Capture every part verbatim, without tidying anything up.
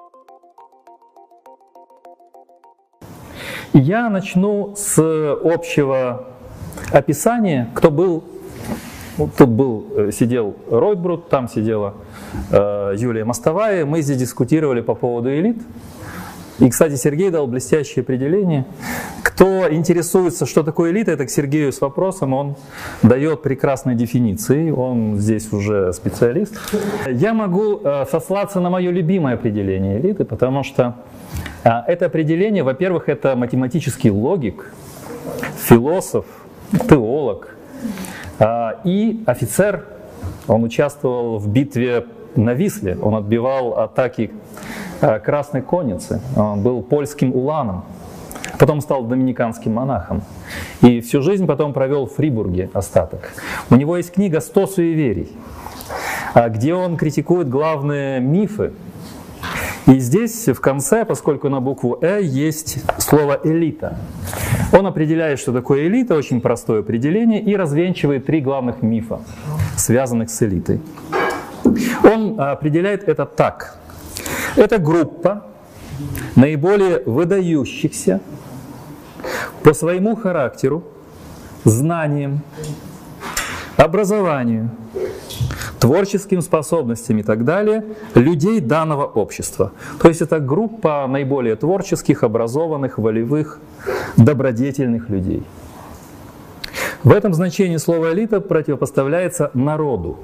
Я начну с общего описания, кто был. Вот тут был, сидел Ройтбрут, там сидела э, Юлия Мостовая. Мы здесь дискутировали по поводу элит. И, кстати, Сергей дал блестящее определение. Кто интересуется, что такое элита, это к Сергею с вопросом, он дает прекрасные дефиниции, он здесь уже специалист. Я могу э, сослаться на мое любимое определение элиты, потому что э, это определение, во-первых, это математический логик, философ, теолог, и офицер. Он участвовал в битве на Висле, он отбивал атаки Красной Конницы, он был польским уланом, потом стал доминиканским монахом и всю жизнь потом провел в Фрибурге остаток. У него есть книга «сто суеверий», где он критикует главные мифы. И здесь в конце, поскольку на букву «э» есть слово «элита», он определяет, что такое элита, очень простое определение, и развенчивает три главных мифа, связанных с элитой. Он определяет это так. Это группа наиболее выдающихся по своему характеру, знаниям, образованию, творческим способностям и так далее людей данного общества. То есть это группа наиболее творческих, образованных, волевых, добродетельных людей. В этом значении слово «элита» противопоставляется народу.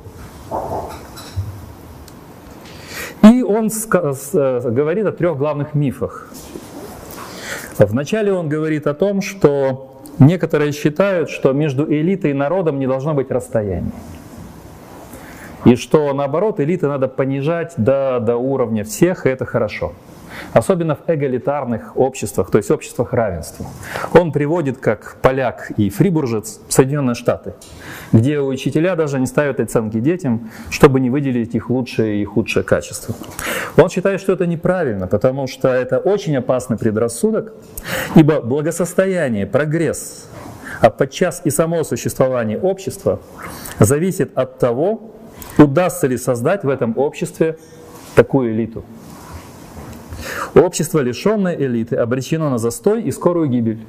И он говорит о трех главных мифах. Вначале он говорит о том, что некоторые считают, что между элитой и народом не должно быть расстояния. И что, наоборот, элиты надо понижать до, до уровня всех, и это хорошо. Особенно в эгалитарных обществах, то есть обществах равенства. Он приводит, как поляк и фрибуржец, Соединенные Штаты, где учителя даже не ставят оценки детям, чтобы не выделить их лучшее и худшее качество. Он считает, что это неправильно, потому что это очень опасный предрассудок, ибо благосостояние, прогресс, а подчас и само существование общества зависит от того, удастся ли создать в этом обществе такую элиту. Общество, лишенное элиты, обречено на застой и скорую гибель.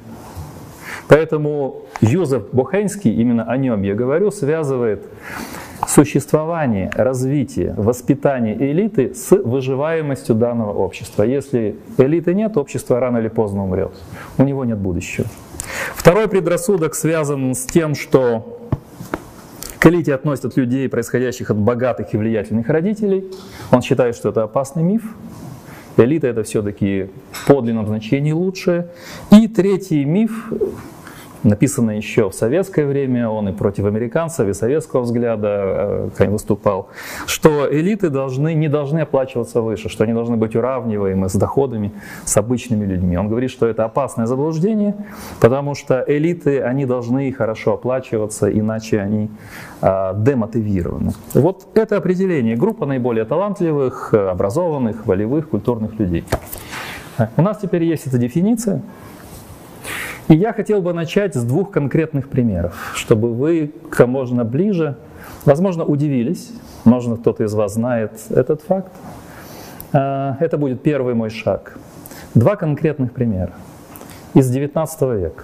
Поэтому Юзеф Бохенский, именно о нем я говорю, связывает существование, развитие, воспитание элиты с выживаемостью данного общества. Если элиты нет, общество рано или поздно умрет. У него нет будущего. Второй предрассудок связан с тем, что к элите относят людей, происходящих от богатых и влиятельных родителей. Он считает, что это опасный миф. Элита — это все-таки в подлинном значении лучшее. И третий миф, написанный еще в советское время, он и против американцев, и советского взгляда выступал, что элиты должны, не должны оплачиваться выше, что они должны быть уравниваемы с доходами, с обычными людьми. Он говорит, что это опасное заблуждение, потому что элиты, они должны хорошо оплачиваться, иначе они а, демотивированы. Вот это определение. Группа наиболее талантливых, образованных, волевых, культурных людей. У нас теперь есть эта дефиниция. И я хотел бы начать с двух конкретных примеров, чтобы вы как можно ближе, возможно, удивились, может, кто-то из вас знает этот факт. Это будет первый мой шаг. Два конкретных примера из девятнадцатого века.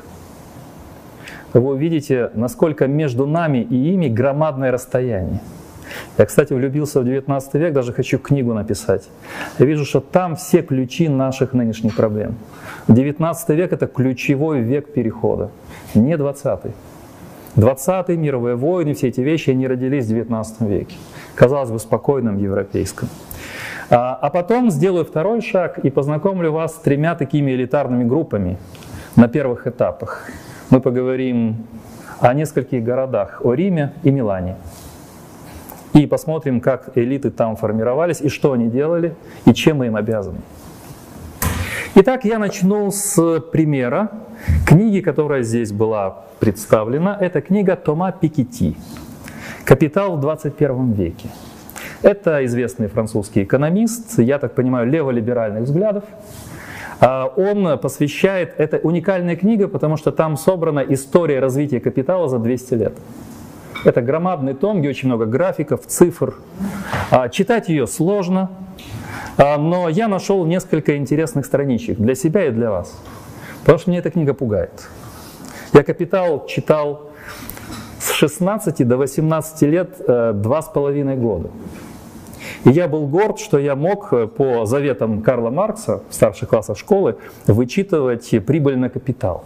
Вы увидите, насколько между нами и ими громадное расстояние. Я, кстати, влюбился в девятнадцатый век, даже хочу книгу написать. Я вижу, что там все ключи наших нынешних проблем. девятнадцатый век — это ключевой век перехода, не двадцатый. двадцатый, мировые войны, все эти вещи, они родились в девятнадцатом веке. Казалось бы, спокойном европейском. А, а потом сделаю второй шаг и познакомлю вас с тремя такими элитарными группами на первых этапах. Мы поговорим о нескольких городах, о Риме и Милане. И посмотрим, как элиты там формировались, и что они делали, и чем мы им обязаны. Итак, я начну с примера книги, которая здесь была представлена. Это книга Тома Пикетти «Капитал в двадцать первом веке». Это известный французский экономист, я так понимаю, леволиберальных взглядов. Он посвящает, это уникальная книга, потому что там собрана история развития капитала за двести лет. Это громадный том, где очень много графиков, цифр. Читать ее сложно, но я нашел несколько интересных страничек для себя и для вас, потому что меня эта книга пугает. Я «Капитал» читал с шестнадцати до восемнадцати лет два с половиной года. И я был горд, что я мог по заветам Карла Маркса в старших классах школы вычитывать прибыль на капитал.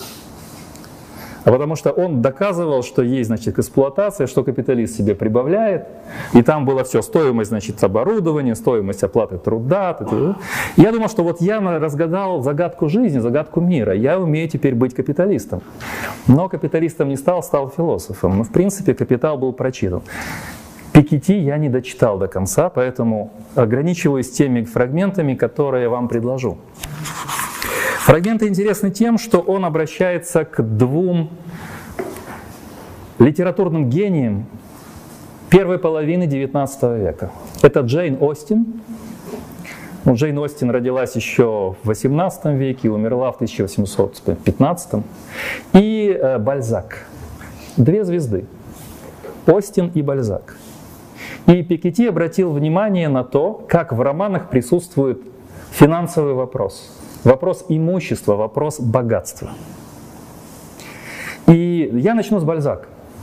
А потому что он доказывал, что есть, значит, эксплуатация, что капиталист себе прибавляет. И там было все, стоимость, значит, оборудования, стоимость оплаты труда. Т.д. Я думал, что вот я разгадал загадку жизни, загадку мира. Я умею теперь быть капиталистом. Но капиталистом не стал, стал философом. Но в принципе «Капитал» был прочитан. Пикетти я не дочитал до конца, поэтому ограничиваюсь теми фрагментами, которые я вам предложу. Фрагменты интересны тем, что он обращается к двум литературным гениям первой половины девятнадцатого века. Это Джейн Остин. Ну, Джейн Остин родилась еще в восемнадцатом веке и умерла в тысяча восемьсот пятнадцатом. И э, Бальзак. Две звезды. Остин и Бальзак. И Пикетти обратил внимание на то, как в романах присутствует финансовый вопрос. Вопрос имущества, вопрос богатства. И я начну с Бальзака.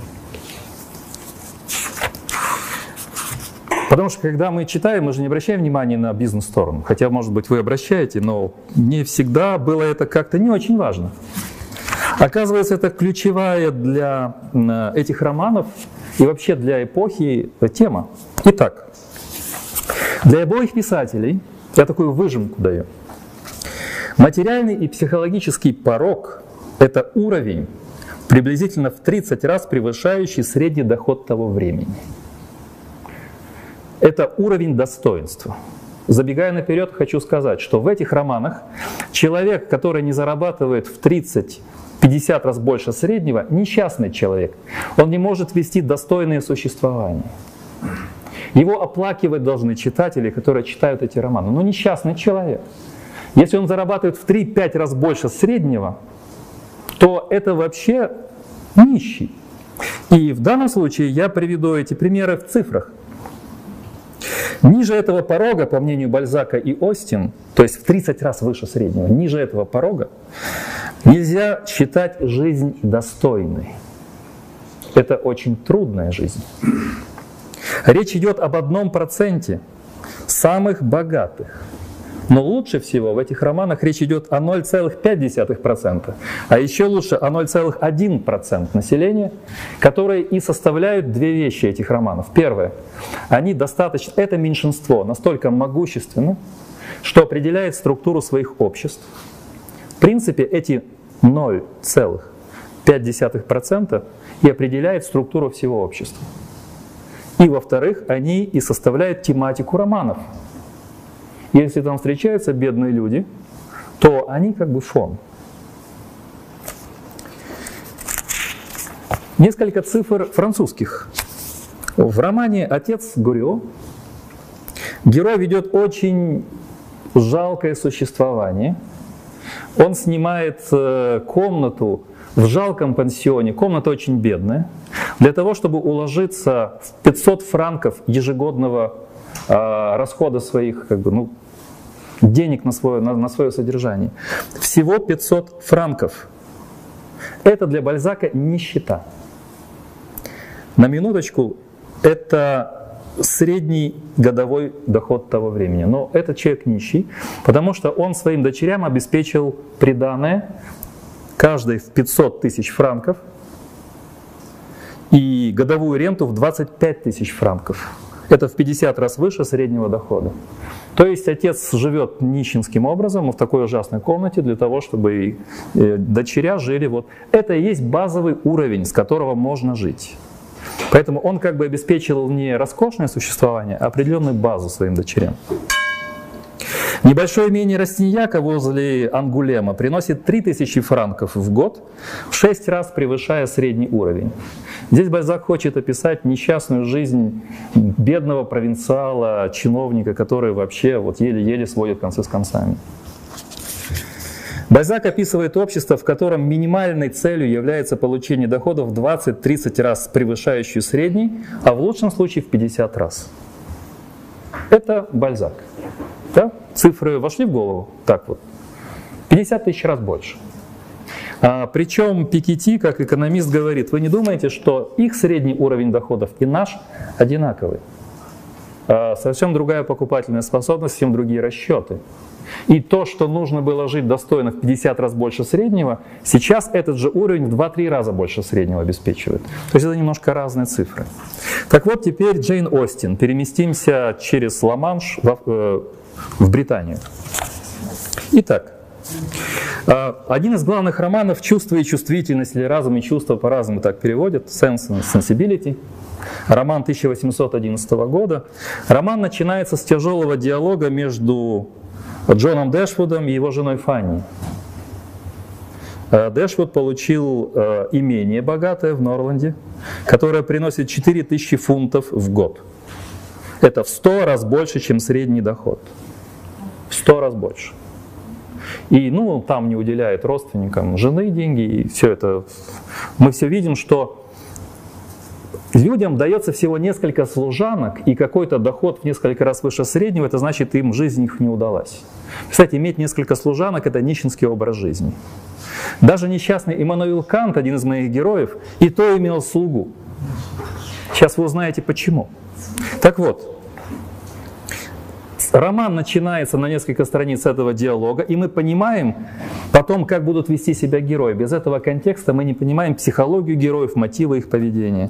Потому что когда мы читаем, мы же не обращаем внимания на бизнес-сторону. Хотя, может быть, вы обращаете, но не всегда было это как-то не очень важно. Оказывается, это ключевая для этих романов и вообще для эпохи тема. Итак, для обоих писателей, я такую выжимку даю, материальный и психологический порог – это уровень, приблизительно в тридцать раз превышающий средний доход того времени. Это уровень достоинства. Забегая наперед, хочу сказать, что в этих романах человек, который не зарабатывает в тридцать-пятьдесят раз больше среднего, несчастный человек. Он не может вести достойное существование. Его оплакивать должны читатели, которые читают эти романы. Но несчастный человек. Если он зарабатывает в три-пять раз больше среднего, то это вообще нищий. И в данном случае я приведу эти примеры в цифрах. Ниже этого порога, по мнению Бальзака и Остин, то есть в тридцать раз выше среднего, ниже этого порога нельзя считать жизнь достойной. Это очень трудная жизнь. Речь идет об одном проценте самых богатых. Но лучше всего в этих романах речь идет о ноль целых пять десятых процента, а еще лучше о ноль целых один процент населения, которые и составляют две вещи этих романов. Первое, они достаточно, это меньшинство настолько могущественно, что определяет структуру своих обществ. В принципе, эти ноль целых пять десятых процента и определяет структуру всего общества. И во-вторых, они и составляют тематику романов. Если там встречаются бедные люди, то они как бы фон. Несколько цифр французских. В романе «Отец Гoriot» герой ведет очень жалкое существование. Он снимает комнату в жалком пансионе, комната очень бедная, для того, чтобы уложиться в пятьсот франков ежегодного э, расхода своих, как бы, ну, денег на свое, на, на свое содержание. Всего пятьсот франков. Это для Бальзака нищета. На минуточку, это средний годовой доход того времени. Но этот человек нищий, потому что он своим дочерям обеспечил приданое, каждой в пятьсот тысяч франков, и годовую ренту в двадцать пять тысяч франков. Это в пятьдесят раз выше среднего дохода. То есть отец живет нищенским образом в такой ужасной комнате для того, чтобы дочеря жили. Вот. Это и есть базовый уровень, с которого можно жить. Поэтому он как бы обеспечил не роскошное существование, а определенную базу своим дочерям. Небольшое имение Растиньяка возле Ангулема приносит три тысячи франков в год, в шесть раз превышая средний уровень. Здесь Бальзак хочет описать несчастную жизнь бедного провинциала, чиновника, который вообще вот еле-еле сводит концы с концами. Бальзак описывает общество, в котором минимальной целью является получение доходов в двадцать-тридцать раз превышающую средний, а в лучшем случае в пятьдесят раз. Это Бальзак. Да? Цифры вошли в голову? Так вот. пятьдесят тысяч раз больше. А, причем Пикетти, как экономист, говорит, вы не думаете, что их средний уровень доходов и наш одинаковый? А, совсем другая покупательная способность, совсем другие расчеты. И то, что нужно было жить достойно в пятьдесят раз больше среднего, сейчас этот же уровень в два-три раза больше среднего обеспечивает. То есть это немножко разные цифры. Так вот, теперь Джейн Остин. Переместимся через Ла-Манш в, э, в Британию. Итак, один из главных романов «Чувство и чувствительность» или «Разум и чувство» по-разному так переводят, «Sense and Sensibility», роман тысяча восемьсот одиннадцатого года. Роман начинается с тяжелого диалога между Джоном Дэшвудом и его женой Фанни. Дэшвуд получил имение богатое в Норланде, которое приносит четыре тысячи фунтов в год. Это в сто раз больше, чем средний доход. В сто раз больше. И ну, там не уделяет родственникам жены деньги, и все это. Мы все видим, что людям дается всего несколько служанок, и какой-то доход в несколько раз выше среднего, это значит, им жизнь их не удалась. Кстати, иметь несколько служанок – это нищенский образ жизни. Даже несчастный Иммануил Кант, один из моих героев, и то имел слугу. Сейчас вы узнаете почему. Так вот, роман начинается на несколько страниц этого диалога, и мы понимаем потом, как будут вести себя герои. Без этого контекста мы не понимаем психологию героев, мотивы их поведения.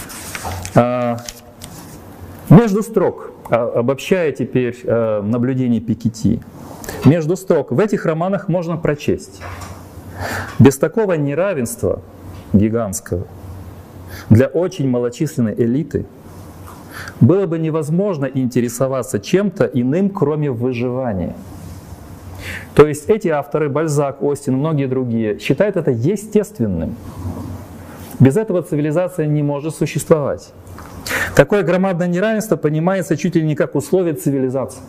Между строк, обобщая теперь наблюдение Пикетти, между строк в этих романах можно прочесть: без такого неравенства гигантского для очень малочисленной элиты было бы невозможно интересоваться чем-то иным, кроме выживания. То есть эти авторы, Бальзак, Остин, многие другие, считают это естественным. Без этого цивилизация не может существовать. Такое громадное неравенство понимается чуть ли не как условие цивилизации.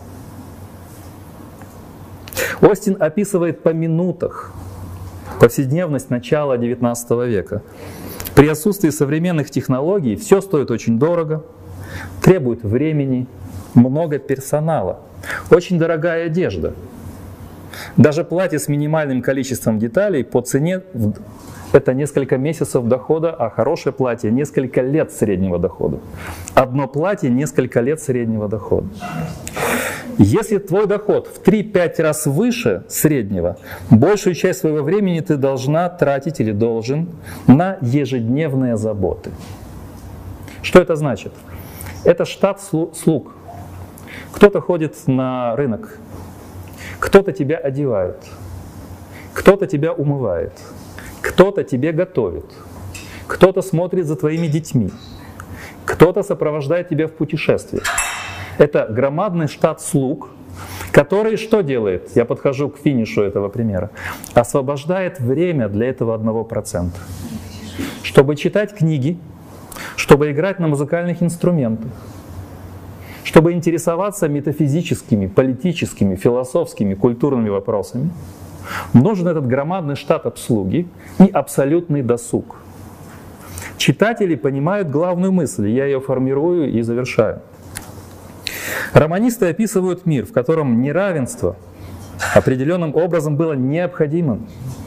Остин описывает по минутах повседневность начала девятнадцатого века. При отсутствии современных технологий все стоит очень дорого, требует времени, много персонала, очень дорогая одежда. Даже платье с минимальным количеством деталей по цене это несколько месяцев дохода, а хорошее платье несколько лет среднего дохода. Одно платье несколько лет среднего дохода. Если твой доход в три-пять раз выше среднего, большую часть своего времени ты должна тратить или должен на ежедневные заботы. Что это значит? Это штат слуг. Кто-то ходит на рынок, кто-то тебя одевает, кто-то тебя умывает, кто-то тебе готовит, кто-то смотрит за твоими детьми, кто-то сопровождает тебя в путешествии. Это громадный штат слуг, который что делает? Я подхожу к финишу этого примера. Освобождает время для этого одного процента. Чтобы читать книги, чтобы играть на музыкальных инструментах, чтобы интересоваться метафизическими, политическими, философскими, культурными вопросами, нужен этот громадный штат обслуги и абсолютный досуг. Читатели понимают главную мысль, я ее формирую и завершаю. Романисты описывают мир, в котором неравенство определенным образом было необходимым.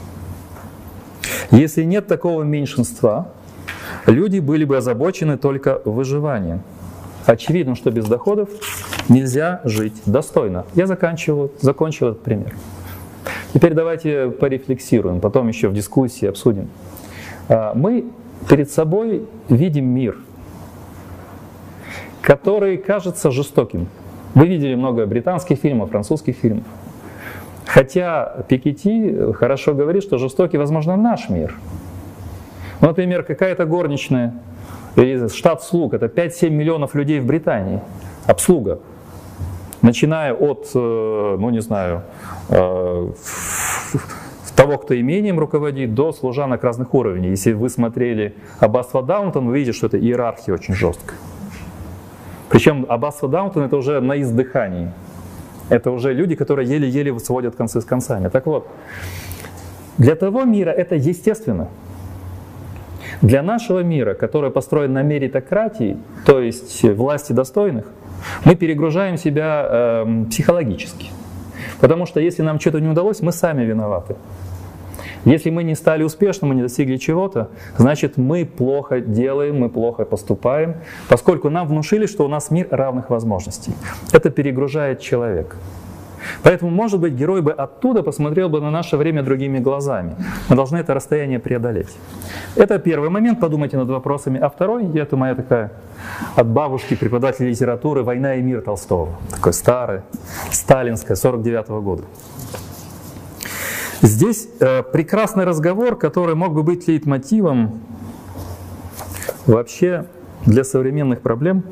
Если нет такого меньшинства, люди были бы озабочены только выживанием. Очевидно, что без доходов нельзя жить достойно. Я заканчиваю, закончил этот пример. Теперь давайте порефлексируем, потом еще в дискуссии обсудим. Мы перед собой видим мир, который кажется жестоким. Вы видели много британских фильмов, французских фильмов. Хотя Пикетти хорошо говорит, что жестокий, возможно, наш мир. Ну, например, какая-то горничная, или штат слуг, это пять-семь миллионов людей в Британии, обслуга. Начиная от, ну не знаю, того, кто имением руководит, до служанок разных уровней. Если вы смотрели «Аббатство Даунтон», вы видите, что это иерархия очень жесткая. Причем «Аббатство Даунтон» — это уже на издыхании. Это уже люди, которые еле-еле сводят концы с концами. Так вот, для того мира это естественно. Для нашего мира, который построен на меритократии, то есть власти достойных, Мы перегружаем себя э, психологически. Потому что если нам что-то не удалось, мы сами виноваты. Если мы не стали успешным, мы не достигли чего-то, значит мы плохо делаем, мы плохо поступаем, поскольку нам внушили, что у нас мир равных возможностей. Это перегружает человека. Поэтому, может быть, герой бы оттуда посмотрел бы на наше время другими глазами. Мы должны это расстояние преодолеть. Это первый момент, подумайте над вопросами. А второй, это моя такая от бабушки, преподавателя литературы «Война и мир» Толстого. Такой старый, сталинская, сорок девятого года. Здесь э, прекрасный разговор, который мог бы быть лейтмотивом вообще для современных проблем.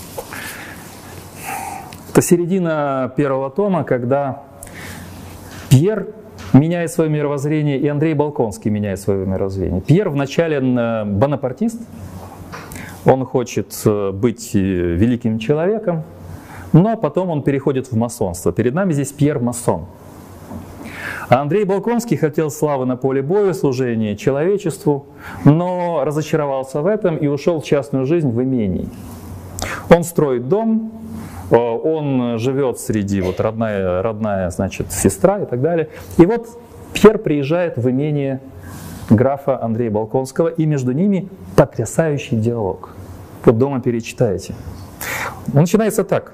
Это середина первого тома, когда Пьер меняет свое мировоззрение, и Андрей Болконский меняет свое мировоззрение. Пьер вначале бонапартист, он хочет быть великим человеком, но потом он переходит в масонство. Перед нами здесь Пьер масон. А Андрей Болконский хотел славы на поле боя, служения человечеству, но разочаровался в этом и ушел в частную жизнь в имении. Он строит дом, он живет среди вот родная, родная, значит, сестра и так далее. И вот Пьер приезжает в имение графа Андрея Болконского, и между ними потрясающий диалог. Вот дома перечитаете. Он начинается так.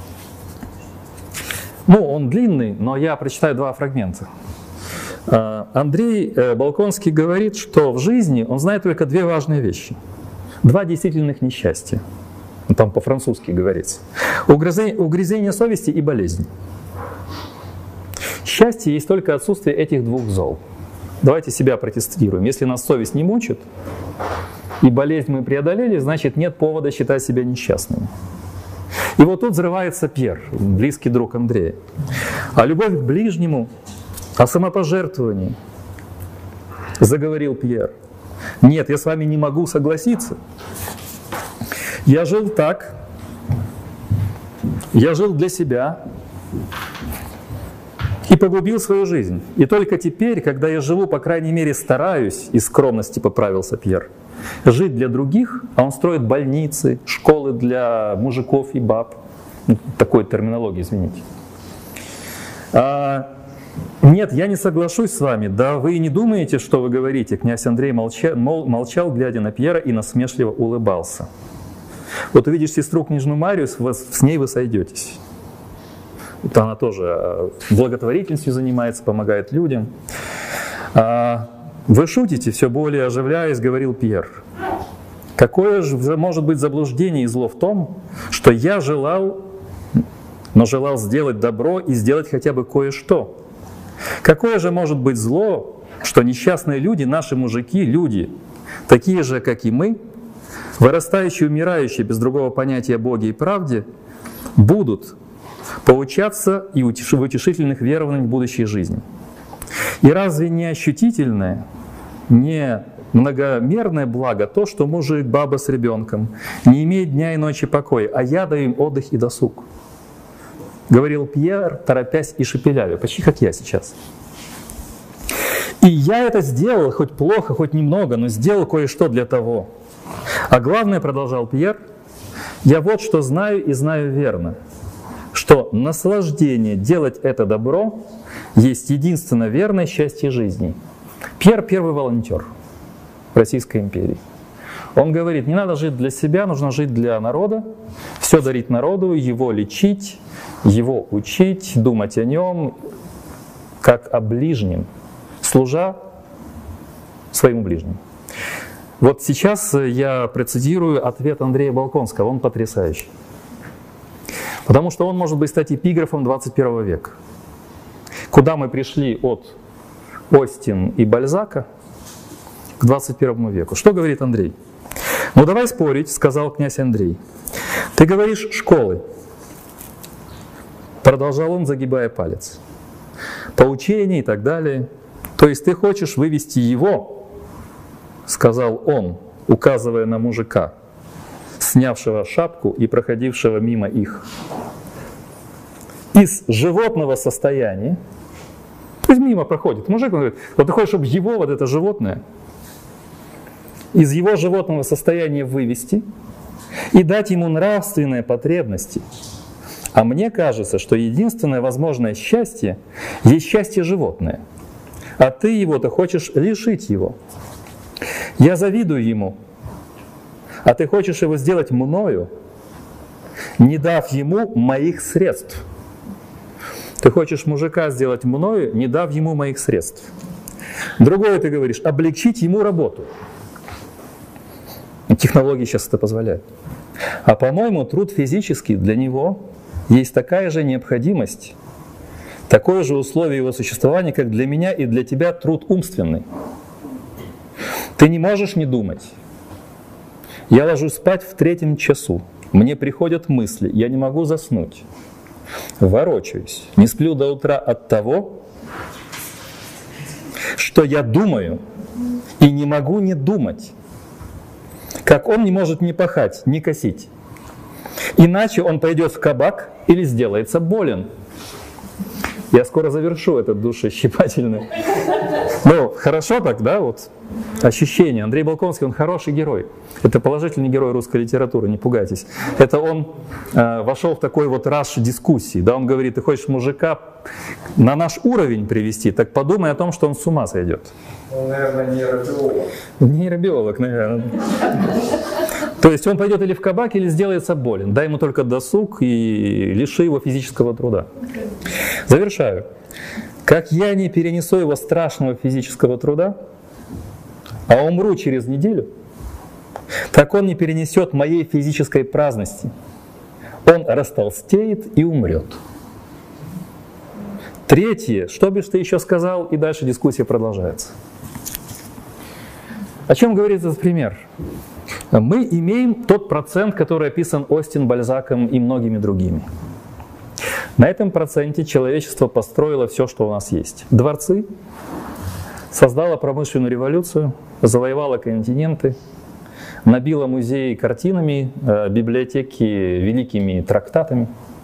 Ну, он длинный, но я прочитаю два фрагмента. Андрей Болконский говорит, что в жизни он знает только две важные вещи. Два действительных несчастья. Там по-французски говорится. Угрызение, угрызение совести и болезнь. Счастье есть только отсутствие этих двух зол. Давайте себя протестируем. Если нас совесть не мучит, и болезнь мы преодолели, значит нет повода считать себя несчастными. И вот тут взрывается Пьер, близкий друг Андрея. А любовь к ближнему, о самопожертвовании, заговорил Пьер. Нет, я с вами не могу согласиться. Я жил так, я жил для себя и погубил свою жизнь. И только теперь, когда я живу, по крайней мере, стараюсь, из скромности поправился Пьер, жить для других, а он строит больницы, школы для мужиков и баб. Такой терминологии, извините. А, нет, я не соглашусь с вами. Да вы не думаете, что вы говорите? Князь Андрей молчал, молчал, глядя на Пьера, и насмешливо улыбался. Вот увидишь сестру княжну Марию, с ней вы сойдетесь. Вот она тоже благотворительностью занимается, помогает людям. Вы шутите, все более оживляясь, говорил Пьер. Какое же может быть заблуждение и зло в том, что я желал, но желал сделать добро и сделать хотя бы кое-что? Какое же может быть зло, что несчастные люди, наши мужики, люди, такие же, как и мы, вырастающие, умирающие без другого понятия о Боге и правде, будут поучаться и в утешительных верованиях будущей жизни. И разве не ощутительное, не многомерное благо то, что мужик, баба с ребенком не имеет дня и ночи покоя, а я даю им отдых и досуг? Говорил Пьер, торопясь и шепелявя, почти как я сейчас. И я это сделал, хоть плохо, хоть немного, но сделал кое-что для того. А главное, продолжал Пьер, я вот что знаю и знаю верно, что наслаждение делать это добро есть единственно верное счастье жизни. Пьер — первый волонтер в Российской империи. Он говорит, не надо жить для себя, нужно жить для народа, все дарить народу, его лечить, его учить, думать о нем, как о ближнем, служа своему ближнему. Вот сейчас я процитирую ответ Андрея Болконского, он потрясающий. Потому что он может быть стать эпиграфом двадцать первого века. Куда мы пришли от Остин и Бальзака к двадцать первому веку. Что говорит Андрей? Ну давай спорить, сказал князь Андрей. Ты говоришь школы. Продолжал он, загибая палец. Поучение и так далее. То есть ты хочешь вывести его, сказал он, указывая на мужика, снявшего шапку и проходившего мимо их, из животного состояния. Пусть мимо проходит. Мужик, он говорит, вот ты хочешь, чтобы его, вот это животное, из его животного состояния вывести и дать ему нравственные потребности, А мне кажется, что единственное возможное счастье есть счастье животное. А ты его-то хочешь лишить его. Я завидую ему, а ты хочешь его сделать мною, не дав ему моих средств. Ты хочешь мужика сделать мною, не дав ему моих средств. Другое ты говоришь, облегчить ему работу. Технологии сейчас это позволяют. А по-моему, труд физический для него есть такая же необходимость, такое же условие его существования, как для меня и для тебя труд умственный. Ты не можешь не думать. Я ложусь спать в третьем часу. Мне приходят мысли, я не могу заснуть. Ворочаюсь, не сплю до утра от того, что я думаю и не могу не думать. Как он не может не пахать, не косить. Иначе он пойдет в кабак или сделается болен. Я скоро завершу этот душещипательный. Ну, хорошо так, да, вот ощущение. Андрей Болконский, он хороший герой. Это положительный герой русской литературы, не пугайтесь. Это он э, вошел в такой вот раш дискуссии. Да, он говорит, ты хочешь мужика на наш уровень привести, так подумай о том, что он с ума сойдет. Он, наверное, нейробиолог. Нейробиолог, наверное. То есть он пойдет или в кабак, или сделается болен. Дай ему только досуг и лиши его физического труда. Завершаю. Как я не перенесу его страшного физического труда, а умру через неделю, так он не перенесет моей физической праздности. Он растолстеет и умрет. Третье. Что бишь ты еще сказал? И дальше дискуссия продолжается. О чем говорит этот пример? Мы имеем тот процент, который описан Остин, Бальзаком и многими другими. На этом проценте человечество построило все, что у нас есть. Дворцы, создало промышленную революцию, завоевало континенты, набило музеи картинами, библиотеки великими трактатами.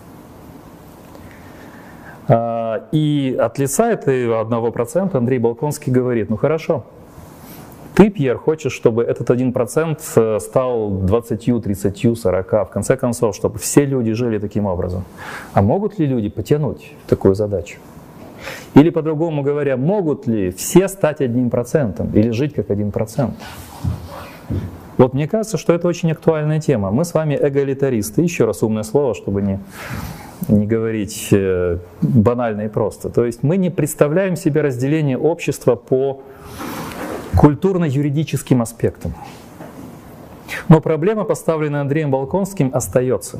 И от лица этого одного процента Андрей Болконский говорит, ну хорошо, ты, Пьер, хочешь, чтобы этот один процент стал двадцатью, тридцатью, сорока, в конце концов, чтобы все люди жили таким образом. А могут ли люди потянуть такую задачу? Или, по-другому говоря, могут ли все стать одним процентом или жить как один процент? Вот мне кажется, что это очень актуальная тема. Мы с вами эгалитаристы. Еще раз умное слово, чтобы не, не говорить банально и просто. То есть мы не представляем себе разделение общества по культурно-юридическим аспектам. Но проблема, поставленная Андреем Болконским, остается.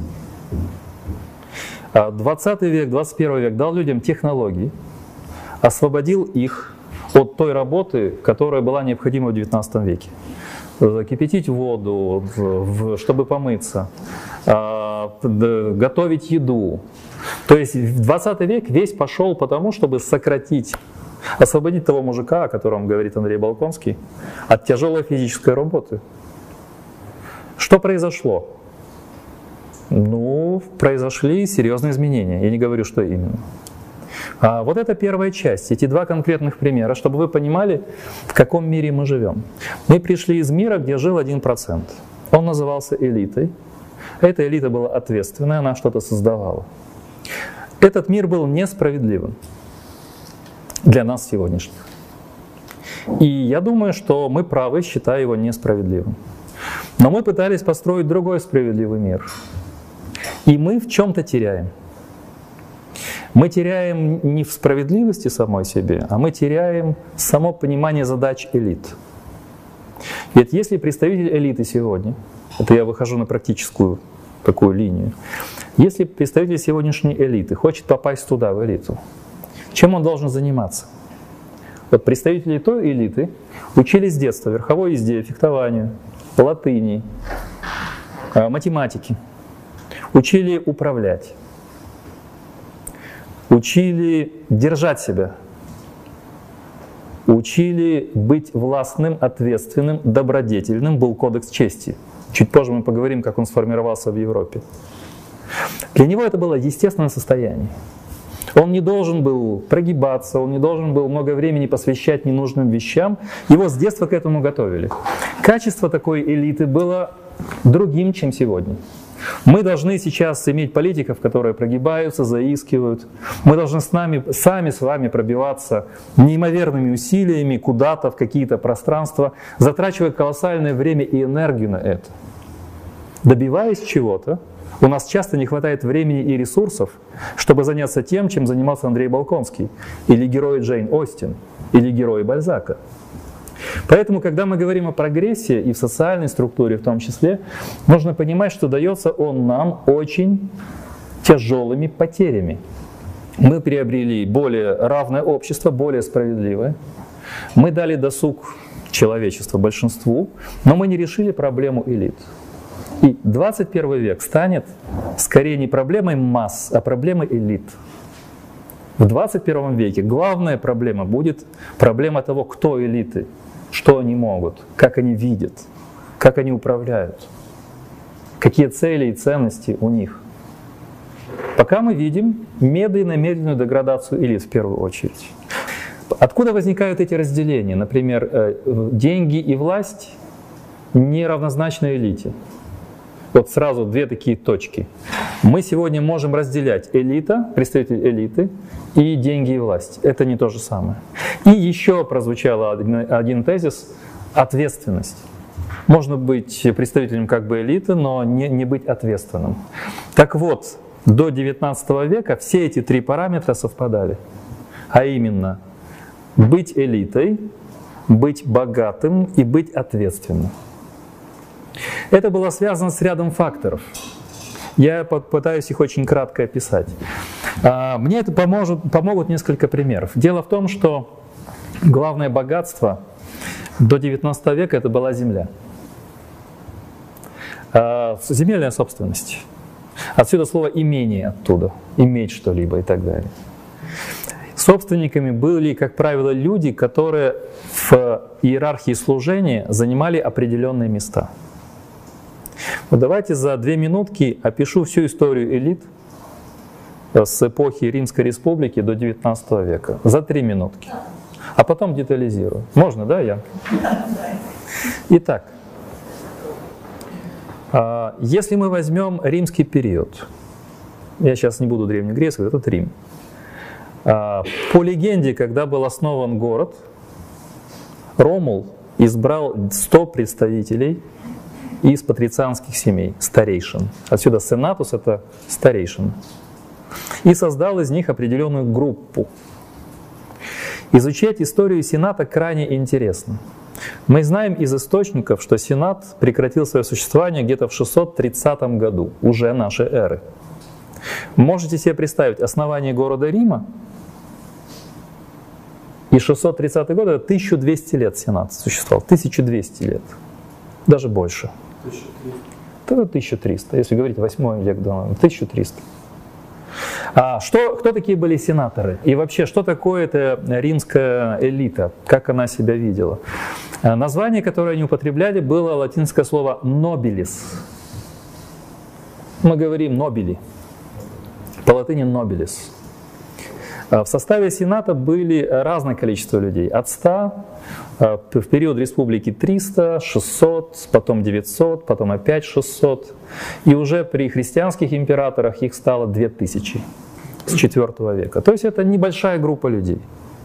двадцатый век, двадцать первый век дал людям технологии, освободил их от той работы, которая была необходима в девятнадцатом веке. Кипятить воду, чтобы помыться, готовить еду. То есть двадцатый век весь пошел по тому, чтобы сократить, освободить того мужика, о котором говорит Андрей Болконский, от тяжелой физической работы. Что произошло? Ну, произошли серьезные изменения. Я не говорю, что именно. А вот это первая часть, эти два конкретных примера, чтобы вы понимали, в каком мире мы живем. Мы пришли из мира, где жил один процент. Он назывался элитой. Эта элита была ответственная, она что-то создавала. Этот мир был несправедливым для нас сегодняшних. И я думаю, что мы правы, считая его несправедливым. Но мы пытались построить другой справедливый мир. И мы в чем-то теряем. Мы теряем не в справедливости самой себе, а мы теряем само понимание задач элит. Ведь если представитель элиты сегодня, это я выхожу на практическую такую линию, если представитель сегодняшней элиты хочет попасть туда, в элиту, чем он должен заниматься? Вот представители той элиты учились с детства верховой езде, фехтованию, латыни, математике, учили управлять, учили держать себя, учили быть властным, ответственным, добродетельным, был кодекс чести. Чуть позже мы поговорим, как он сформировался в Европе. Для него это было естественное состояние. Он не должен был прогибаться, он не должен был много времени посвящать ненужным вещам. Его с детства к этому готовили. Качество такой элиты было другим, чем сегодня. Мы должны сейчас иметь политиков, которые прогибаются, заискивают. Мы должны с нами, сами с вами пробиваться неимоверными усилиями куда-то, в какие-то пространства, затрачивая колоссальное время и энергию на это. Добиваясь чего-то, у нас часто не хватает времени и ресурсов, чтобы заняться тем, чем занимался Андрей Болконский, или герой Джейн Остин, или герой Бальзака. Поэтому, когда мы говорим о прогрессе и в социальной структуре в том числе, нужно понимать, что дается он нам очень тяжелыми потерями. Мы приобрели более равное общество, более справедливое. Мы дали досуг человечеству, большинству, но мы не решили проблему элит. И двадцать первый век станет скорее не проблемой масс, а проблемой элит. В двадцать первом веке главная проблема будет проблема того, кто элиты, что они могут, как они видят, как они управляют, какие цели и ценности у них. Пока мы видим медленно-медленную деградацию элит в первую очередь. Откуда возникают эти разделения? Например, деньги и власть не равнозначны элите. Вот сразу две такие точки. Мы сегодня можем разделять элита, представитель элиты, и деньги и власть. Это не то же самое. И еще прозвучал один, один тезис – ответственность. Можно быть представителем как бы элиты, но не, не быть ответственным. Так вот, до девятнадцатого века все эти три параметра совпадали. А именно, быть элитой, быть богатым и быть ответственным. Это было связано с рядом факторов. Я попытаюсь их очень кратко описать. Мне это поможет, помогут несколько примеров. Дело в том, что главное богатство до девятнадцатого века это была земля. Земельная собственность. Отсюда слово «имение» оттуда. Иметь что-либо и так далее. Собственниками были, как правило, люди, которые в иерархии служения занимали определенные места. Вот давайте за две минутки опишу всю историю элит с эпохи Римской Республики до девятнадцатого века. За три минутки. А потом детализирую. Можно, да, я? Итак, если мы возьмем римский период, я сейчас не буду древнегреческий, это Рим. По легенде, когда был основан город, Ромул избрал сто представителей из патрицианских семей, старейшин. Отсюда сенатус — это старейшин. И создал из них определенную группу. Изучать историю Сената крайне интересно. Мы знаем из источников, что Сенат прекратил свое существование где-то в шестьсот тридцатом году, уже нашей эры. Можете себе представить основание города Рима? И шестьсот тридцатый год — это тысяча двести лет Сенат существовал, тысяча двести лет, даже больше. Это тысяча триста, если говорить восьмой век, да, тысяча триста. А что, кто такие были сенаторы? И вообще, что такое эта римская элита? Как она себя видела? Название, которое они употребляли, было латинское слово «nobilis». Мы говорим «nobili», по латыни «nobilis». В составе Сената были разное количество людей. От ста, в период республики триста, шестьсот, потом девятьсот, потом опять шестьсот. И уже при христианских императорах их стало две тысячи с четвёртого века. То есть это небольшая группа людей.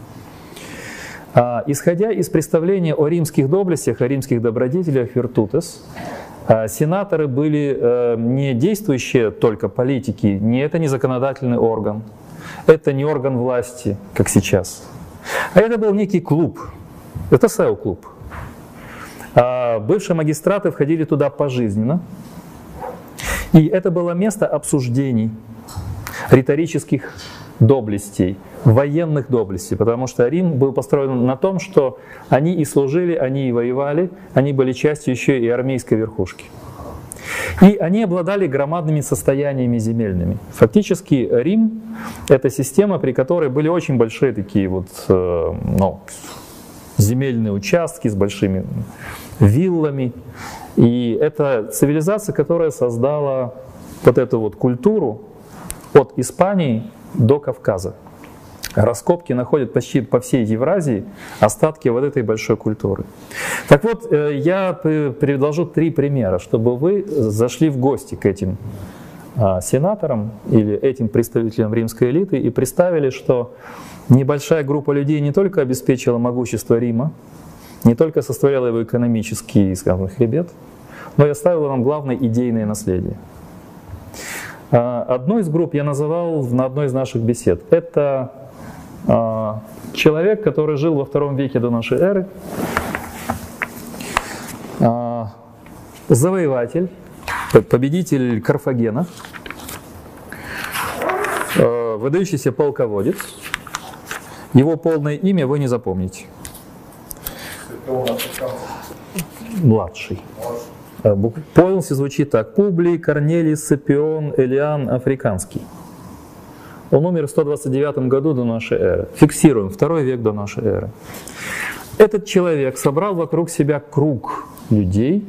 Исходя из представления о римских доблестях, о римских добродетелях «virtutes», сенаторы были не действующие только политики, не это не законодательный орган. Это не орган власти, как сейчас. А это был некий клуб. Это сео-клуб. А бывшие магистраты входили туда пожизненно. И это было место обсуждений, риторических доблестей, военных доблестей. Потому что Рим был построен на том, что они и служили, они и воевали, они были частью еще и армейской верхушки. И они обладали громадными состояниями земельными. Фактически Рим — это система, при которой были очень большие такие вот, э, ну, земельные участки с большими виллами. И это цивилизация, которая создала вот эту вот культуру от Испании до Кавказа. Раскопки находят почти по всей Евразии остатки вот этой большой культуры. Так вот, я предложу три примера, чтобы вы зашли в гости к этим сенаторам или этим представителям римской элиты и представили, что небольшая группа людей не только обеспечила могущество Рима, не только составляла его экономический, скажем, хребет, но и оставила нам главное идейное наследие. Одну из групп я называл на одной из наших бесед. Это человек, который жил во втором веке до нашей эры, завоеватель, победитель Карфагена, выдающийся полководец. Его полное имя вы не запомните. Младший. Полностью звучит так: Публий Корнелий Сципион Элиан Африканский. Он умер в сто двадцать девятом году до нашей эры. Фиксируем, второй век до нашей эры. Этот человек собрал вокруг себя круг людей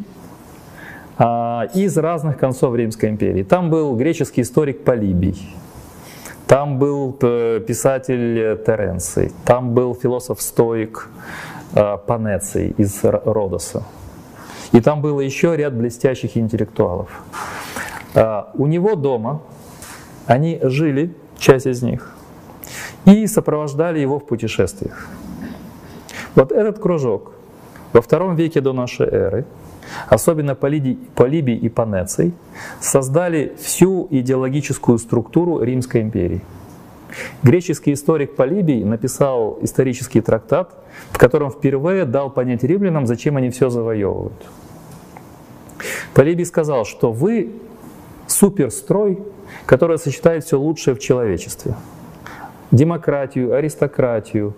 а, из разных концов Римской империи. Там был греческий историк Полибий, там был писатель Теренций, там был философ-стоик а, Панеций из Родоса. И там было еще ряд блестящих интеллектуалов. А, у него дома они жили, часть из них, и сопровождали его в путешествиях. Вот этот кружок во втором веке до нашей эры, особенно Полибий и Панеций, создали всю идеологическую структуру Римской империи. Греческий историк Полибий написал исторический трактат, в котором впервые дал понять римлянам, зачем они все завоевывают. Полибий сказал, что вы суперстрой, который сочетает все лучшее в человечестве. Демократию, аристократию,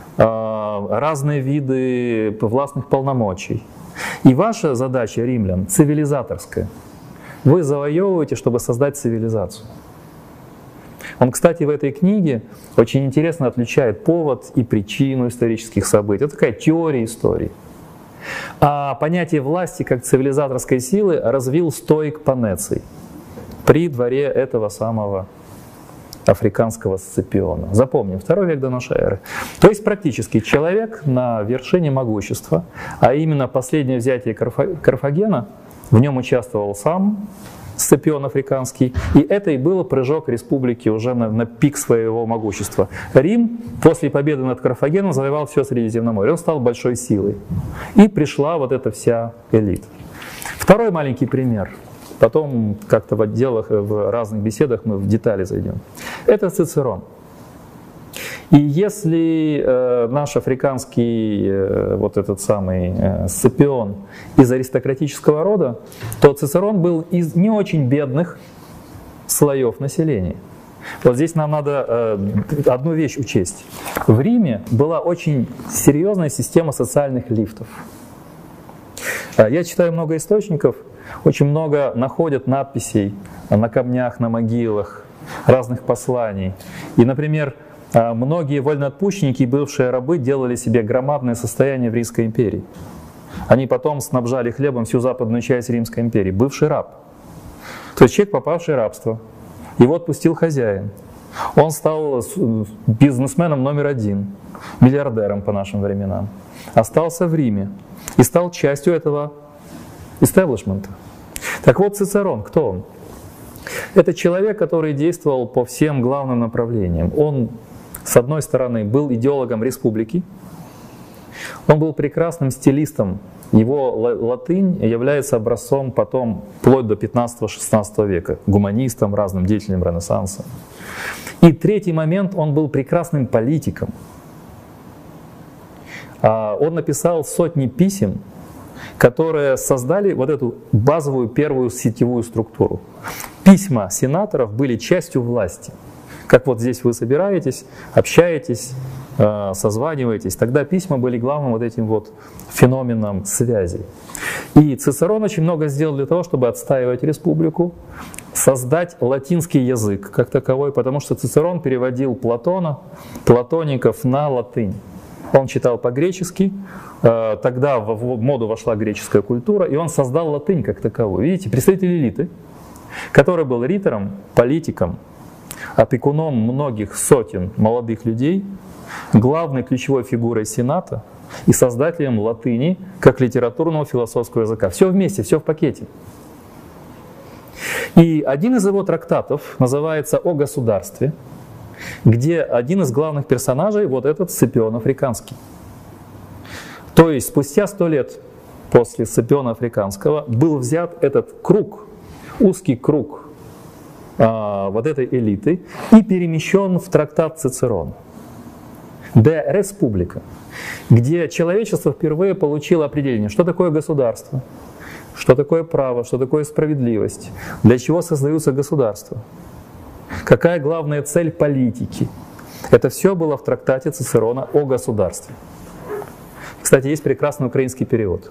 разные виды властных полномочий. И ваша задача, римлян, цивилизаторская. Вы завоевываете, чтобы создать цивилизацию. Он, кстати, в этой книге очень интересно отличает повод и причину исторических событий. Это такая теория истории. А понятие власти как цивилизаторской силы развил стоик Панеций при дворе этого самого африканского Сципиона. Запомним, второй век до нашей эры. То есть практически человек на вершине могущества, а именно последнее взятие Карфагена, в нем участвовал сам Сципион африканский, и это и был прыжок республики уже на, на пик своего могущества. Рим после победы над Карфагеном завоевал все Средиземноморье, он стал большой силой. И пришла вот эта вся элита. Второй маленький пример. Потом как-то в отделах, в разных беседах мы в детали зайдем. Это Цицерон. И если э, наш африканский э, вот этот самый э, Сципион из аристократического рода, то Цицерон был из не очень бедных слоев населения. Вот здесь нам надо э, одну вещь учесть. В Риме была очень серьезная система социальных лифтов. Я читаю много источников, очень много находят надписей на камнях, на могилах, разных посланий. И, например, многие вольноотпущенники и бывшие рабы делали себе громадное состояние в Римской империи. Они потом снабжали хлебом всю западную часть Римской империи. Бывший раб. То есть человек, попавший в рабство. Его отпустил хозяин. Он стал бизнесменом номер один, миллиардером по нашим временам. Остался в Риме и стал частью этого истеблишмента. Так вот, Цицерон, кто он? Это человек, который действовал по всем главным направлениям. Он, с одной стороны, был идеологом республики, он был прекрасным стилистом. Его латынь является образцом потом, вплоть до пятнадцатого-шестнадцатого века, гуманистом, разным деятелем Ренессанса. И третий момент, он был прекрасным политиком. Он написал сотни писем, которые создали вот эту базовую первую сетевую структуру. Письма сенаторов были частью власти. Как вот здесь вы собираетесь, общаетесь, созваниваетесь, тогда письма были главным вот этим вот феноменом связи. И Цицерон очень много сделал для того, чтобы отстаивать республику, создать латинский язык как таковой, потому что Цицерон переводил Платона, платоников на латынь. Он читал по-гречески, тогда в моду вошла греческая культура, и он создал латынь как таковую. Видите, представитель элиты, который был ритором, политиком, опекуном многих сотен молодых людей, главной ключевой фигурой Сената и создателем латыни как литературного философского языка. Все вместе, все в пакете. И один из его трактатов называется «О государстве», где один из главных персонажей вот этот Сципион Африканский. То есть спустя сто лет после Сципиона Африканского был взят этот круг, узкий круг а, вот этой элиты и перемещен в трактат Цицерона «De Respublica», где человечество впервые получило определение, что такое государство, что такое право, что такое справедливость, для чего создаются государства, какая главная цель политики. Это все было в трактате Цицерона о государстве. Кстати, есть прекрасный украинский перевод.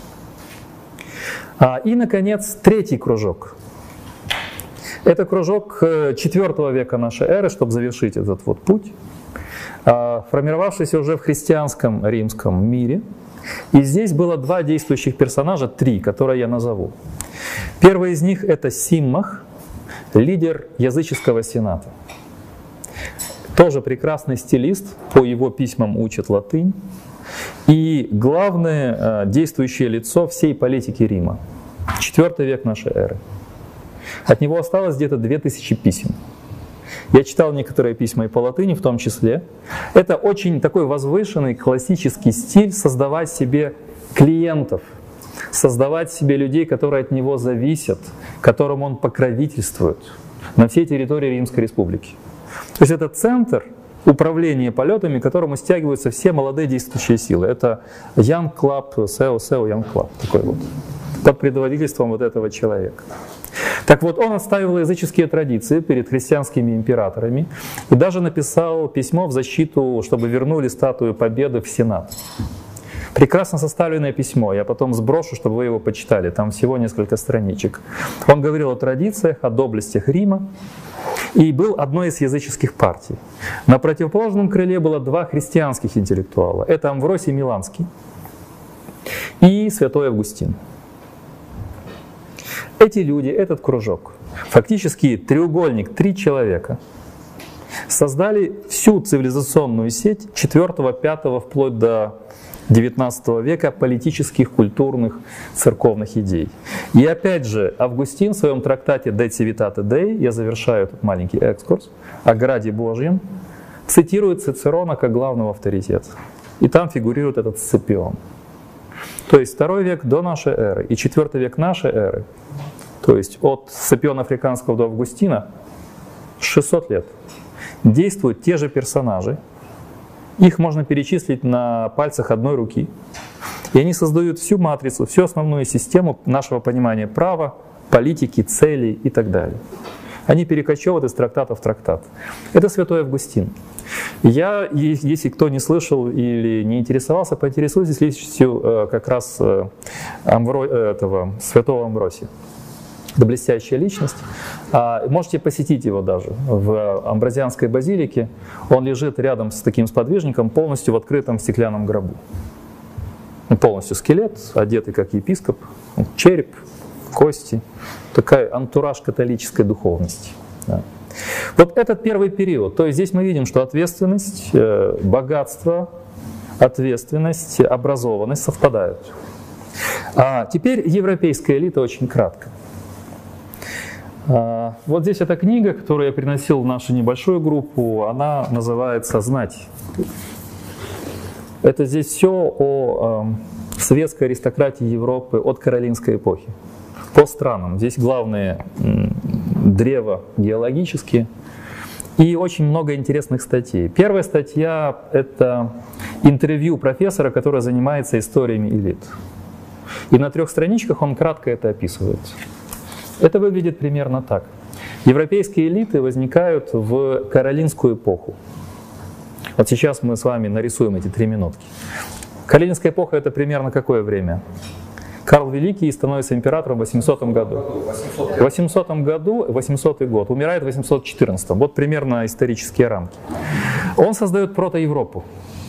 И, наконец, третий кружок. Это кружок четвёртого века нашей эры, чтобы завершить этот вот путь, формировавшийся уже в христианском римском мире. И здесь было два действующих персонажа, три, которые я назову. Первый из них — это Симмах, лидер языческого сената. Тоже прекрасный стилист, по его письмам учит латынь. И главное действующее лицо всей политики Рима. четвёртый век нашей эры. От него осталось где-то две тысячи писем. Я читал некоторые письма и по латыни в том числе. Это очень такой возвышенный классический стиль создавать себе клиентов, создавать себе людей, которые от него зависят, которым он покровительствует на всей территории Римской Республики. То есть это центр управления полетами, к которому стягиваются все молодые действующие силы. Это Young Club, сео, сео Young Club, такой вот, под предводительством вот этого человека. Так вот, он оставил языческие традиции перед христианскими императорами и даже написал письмо в защиту, чтобы вернули статую Победы в Сенат. Прекрасно составленное письмо, я потом сброшу, чтобы вы его почитали, там всего несколько страничек. Он говорил о традициях, о доблестях Рима и был одной из языческих партий. На противоположном крыле было два христианских интеллектуала. Это Амвросий Миланский и святой Августин. Эти люди, этот кружок, фактически треугольник, три человека, создали всю цивилизационную сеть четвёртого-пятого вплоть до девятнадцатого века политических, культурных, церковных идей. И опять же, Августин в своем трактате «De Civitate Dei», я завершаю этот маленький экскурс, о Граде Божьем, цитирует Цицерона как главного авторитета. И там фигурирует этот Сципион. То есть второй век до нашей эры и четвёртый век нашей эры, то есть от Сципиона Африканского до Августина, шестьсот лет, действуют те же персонажи. Их можно перечислить на пальцах одной руки. И они создают всю матрицу, всю основную систему нашего понимания права, политики, целей и так далее. Они перекочевывают из трактата в трактат. Это святой Августин. Я, если кто не слышал или не интересовался, поинтересуйтесь личностью как раз Амвро... этого святого Амвросия. Это блестящая личность. Можете посетить его даже в Амброзианской базилике. Он лежит рядом с таким сподвижником, полностью в открытом стеклянном гробу. Полностью скелет, одетый как епископ, череп, кости. Такая антураж католической духовности. Да. Вот этот первый период. То есть здесь мы видим, что ответственность, богатство, ответственность, образованность совпадают. А теперь европейская элита очень кратко. Вот здесь эта книга, которую я приносил в нашу небольшую группу, она называется «Знать». Это здесь все о э, светской аристократии Европы от каролингской эпохи. По странам. Здесь главные э, древа геологические и очень много интересных статей. Первая статья — это интервью профессора, который занимается историями элит. И на трех страничках он кратко это описывает. Это выглядит примерно так. Европейские элиты возникают в каролингскую эпоху. Вот сейчас мы с вами нарисуем эти три минутки. Каролингская эпоха — это примерно какое время? Карл Великий становится императором в восьмисотом году. В восьмисотом году, восьмисотый год, умирает в восемьсот четырнадцатом. Вот примерно исторические рамки. Он создает протоевропу.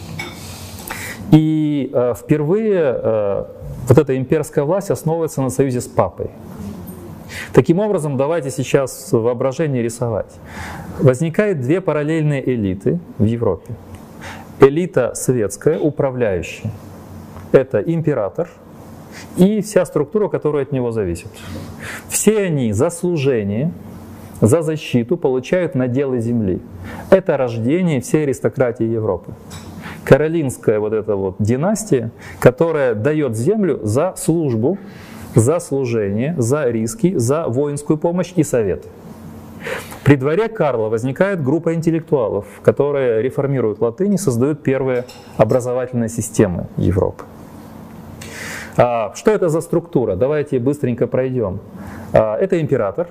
И э, впервые э, вот эта имперская власть основывается на союзе с папой. Таким образом, давайте сейчас воображение рисовать. Возникают две параллельные элиты в Европе. Элита светская, управляющая. Это император и вся структура, которая от него зависит. Все они за служение, за защиту получают наделы земли. Это рождение всей аристократии Европы. Каролинская вот эта вот династия, которая дает землю за службу, за служение, за риски, за воинскую помощь и совет. При дворе Карла возникает группа интеллектуалов, которые реформируют латынь и создают первые образовательные системы Европы. А, что это за структура? Давайте быстренько пройдем. А, это император.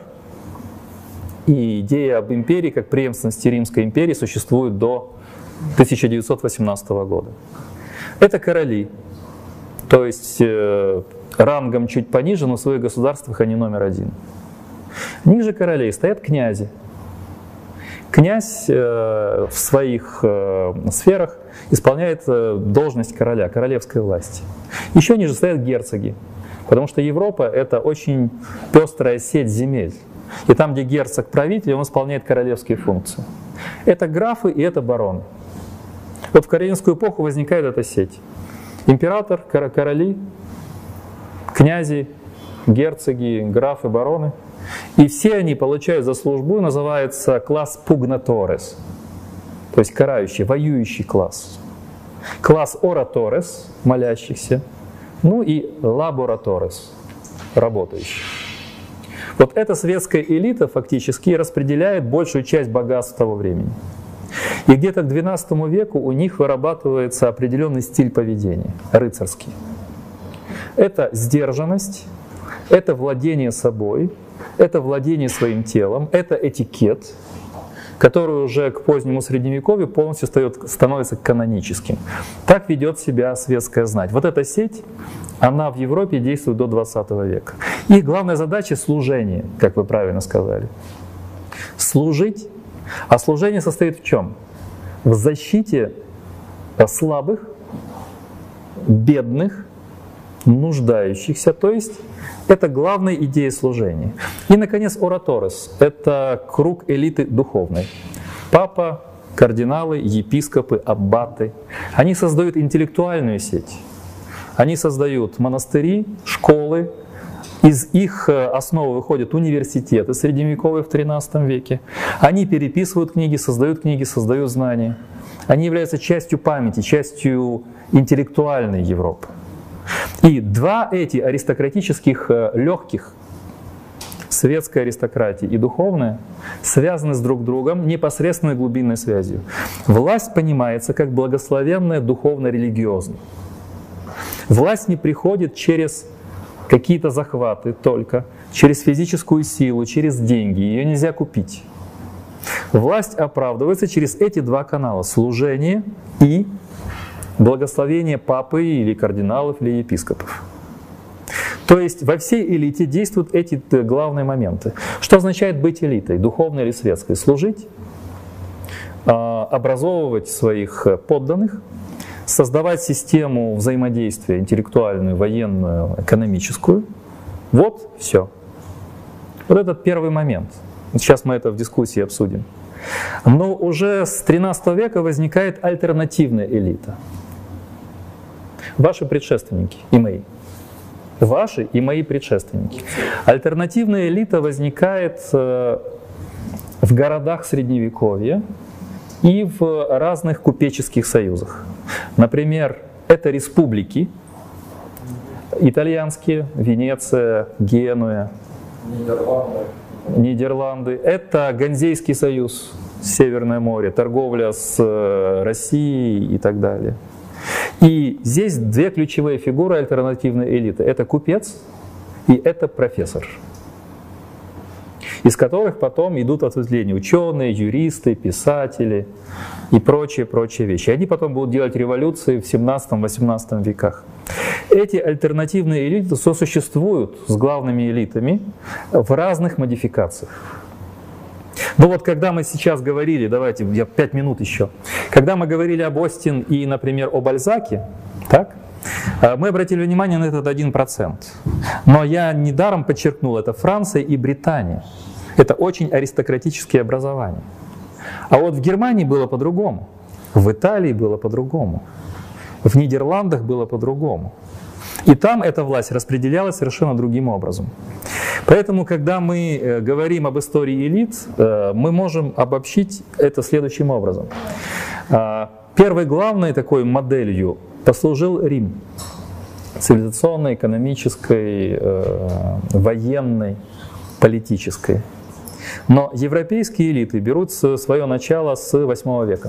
И идея об империи как преемственности Римской империи существует до тысяча девятьсот восемнадцатого года. Это короли, то есть э, рангом чуть пониже, но в своих государствах они номер один. Ниже королей стоят князи. Князь э, в своих э, сферах исполняет э, должность короля, королевской власти. Еще ниже стоят герцоги, потому что Европа — это очень пестрая сеть земель. И там, где герцог правитель, он исполняет королевские функции. Это графы и это бароны. Вот в каролинскую эпоху возникает эта сеть. Император, короли, князи, герцоги, графы, бароны. И все они получают за службу, называется класс пугнаторес, то есть карающий, воюющий класс. Класс ораторес, молящихся, ну и лабораторес, работающих. Вот эта светская элита фактически распределяет большую часть богатств того времени. И где-то к двенадцатому веку у них вырабатывается определенный стиль поведения, рыцарский. Это сдержанность, это владение собой, это владение своим телом, это этикет, который уже к позднему Средневековью полностью становится каноническим. Так ведет себя светская знать. Вот эта сеть, она в Европе действует до двадцатого века. Их главная задача — служение, как вы правильно сказали. Служить. А служение состоит в чем? В защите слабых, бедных, нуждающихся, то есть это главная идея служения. И, наконец, ораторес — это круг элиты духовной. Папа, кардиналы, епископы, аббаты. Они создают интеллектуальную сеть. Они создают монастыри, школы. Из их основы выходят университеты средневековые в тринадцатом веке. Они переписывают книги, создают книги, создают знания. Они являются частью памяти, частью интеллектуальной Европы. И два эти аристократических легких, светская аристократия и духовная, связаны с друг другом непосредственной глубинной связью. Власть понимается как благословенная духовно-религиозная. Власть не приходит через какие-то захваты только, через физическую силу, через деньги. Ее нельзя купить. Власть оправдывается через эти два канала — служение и благословение папы или кардиналов или епископов. То есть во всей элите действуют эти главные моменты. Что означает быть элитой, духовной или светской? Служить, образовывать своих подданных, создавать систему взаимодействия интеллектуальную, военную, экономическую. Вот все. Вот этот первый момент. Сейчас мы это в дискуссии обсудим. Но уже с тринадцатого века возникает альтернативная элита. Ваши предшественники и мои. Ваши и мои предшественники. Альтернативная элита возникает в городах Средневековья и в разных купеческих союзах. Например, это республики итальянские, Венеция, Генуя, Нидерланды. Нидерланды. Это Ганзейский союз, Северное море, торговля с Россией и так далее. И здесь две ключевые фигуры альтернативной элиты. Это купец и это профессор, из которых потом идут ответвления: ученые, юристы, писатели и прочие-прочие вещи. Они потом будут делать революции в семнадцатом-восемнадцатом веках. Эти альтернативные элиты сосуществуют с главными элитами в разных модификациях. Но вот когда мы сейчас говорили, давайте, я пять минут еще, когда мы говорили об Остин и, например, о Бальзаке, так, Мы обратили внимание на этот один процент. Но я недаром подчеркнул, это Франция и Британия. Это очень аристократические образования. А вот в Германии было по-другому, в Италии было по-другому, в Нидерландах было по-другому. И там эта власть распределялась совершенно другим образом. Поэтому, когда мы говорим об истории элит, мы можем обобщить это следующим образом. Первой главной такой моделью послужил Рим. Цивилизационной, экономической, военной, политической. Но европейские элиты берут свое начало с восьмого века,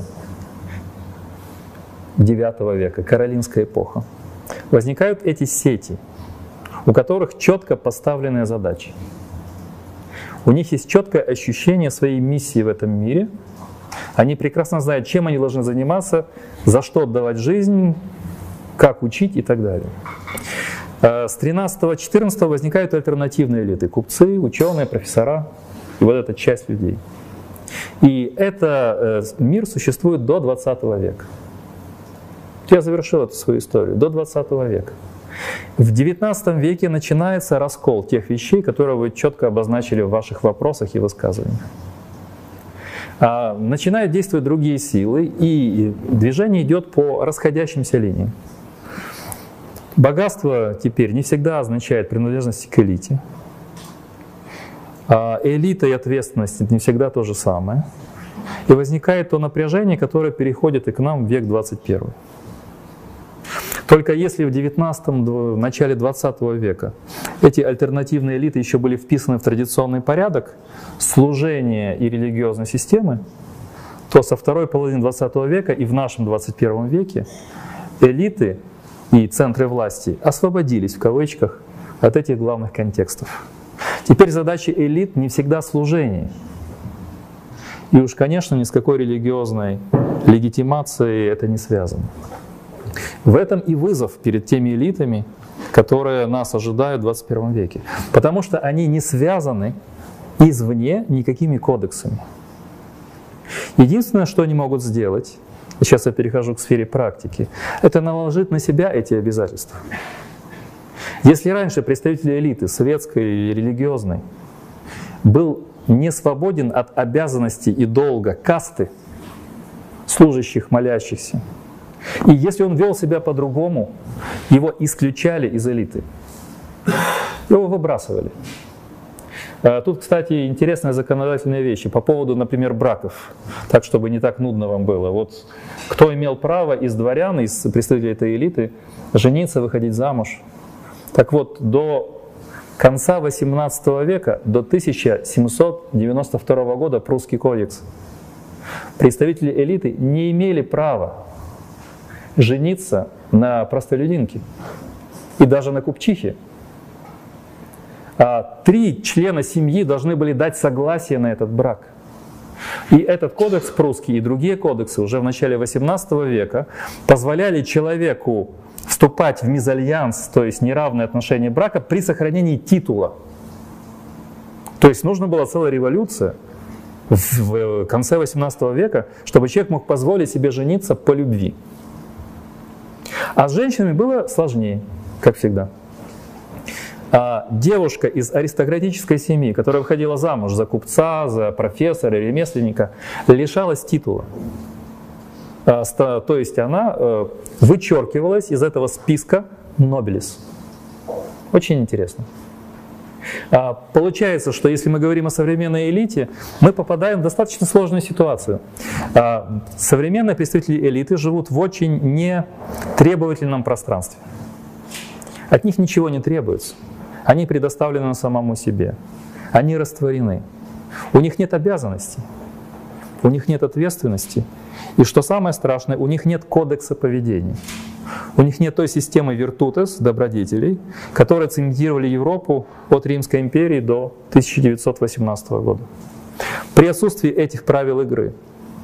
девятого века, Каролингская эпоха. Возникают эти сети, у которых четко поставленные задачи. У них есть четкое ощущение своей миссии в этом мире. Они прекрасно знают, чем они должны заниматься, за что отдавать жизнь, как учить и так далее. С тринадцатого-четырнадцатого возникают альтернативные элиты. Купцы, ученые, профессора. И вот эта часть людей. И этот мир существует до двадцатого века. Я завершил эту свою историю. До двадцатого века. В девятнадцатом веке начинается раскол тех вещей, которые вы четко обозначили в ваших вопросах и высказываниях. А начинают действовать другие силы, и движение идет по расходящимся линиям. Богатство теперь не всегда означает принадлежность к элите. А элита и ответственность — это не всегда то же самое. И возникает то напряжение, которое переходит и к нам в век двадцать первый. Только если в девятнадцатом, в начале двадцатого века эти альтернативные элиты еще были вписаны в традиционный порядок служения и религиозной системы, то со второй половины двадцатого века и в нашем двадцать первом веке элиты и центры власти освободились, в кавычках, от этих главных контекстов. Теперь задача элит не всегда служение. И уж, конечно, ни с какой религиозной легитимацией это не связано. В этом и вызов перед теми элитами, которые нас ожидают в двадцать первом веке. Потому что они не связаны извне никакими кодексами. Единственное, что они могут сделать, сейчас я перехожу к сфере практики, это наложить на себя эти обязательства. Если раньше представитель элиты, светской и религиозной, был не свободен от обязанностей и долга касты, служащих, молящихся, и если он вел себя по-другому, его исключали из элиты, его выбрасывали. Тут, кстати, интересная законодательная вещь по поводу, например, браков, так, чтобы не так нудно вам было. Вот кто имел право из дворян, из представителей этой элиты, жениться, выходить замуж. Так вот, до конца восемнадцатого века, до тысяча семьсот девяносто второго года, Прусский кодекс, представители элиты не имели права жениться на простолюдинке и даже на купчихе. А три члена семьи должны были дать согласие на этот брак. И этот кодекс прусский и другие кодексы уже в начале восемнадцатого века позволяли человеку вступать в мезальянс, то есть неравные отношения брака, при сохранении титула. То есть нужна была целая революция в конце восемнадцатого века, чтобы человек мог позволить себе жениться по любви. А с женщинами было сложнее, как всегда. А девушка из аристократической семьи, которая выходила замуж за купца, за профессора, ремесленника, лишалась титула. То есть она вычеркивалась из этого списка нобилис. Очень интересно. Получается, что если мы говорим о современной элите, мы попадаем в достаточно сложную ситуацию. Современные представители элиты живут в очень нетребовательном пространстве. От них ничего не требуется. Они предоставлены самому себе. Они растворены. У них нет обязанностей. У них нет ответственности. И что самое страшное, у них нет кодекса поведения. У них нет той системы виртутес, добродетелей, которые цементировали Европу от Римской империи до тысяча девятьсот восемнадцатого года. При отсутствии этих правил игры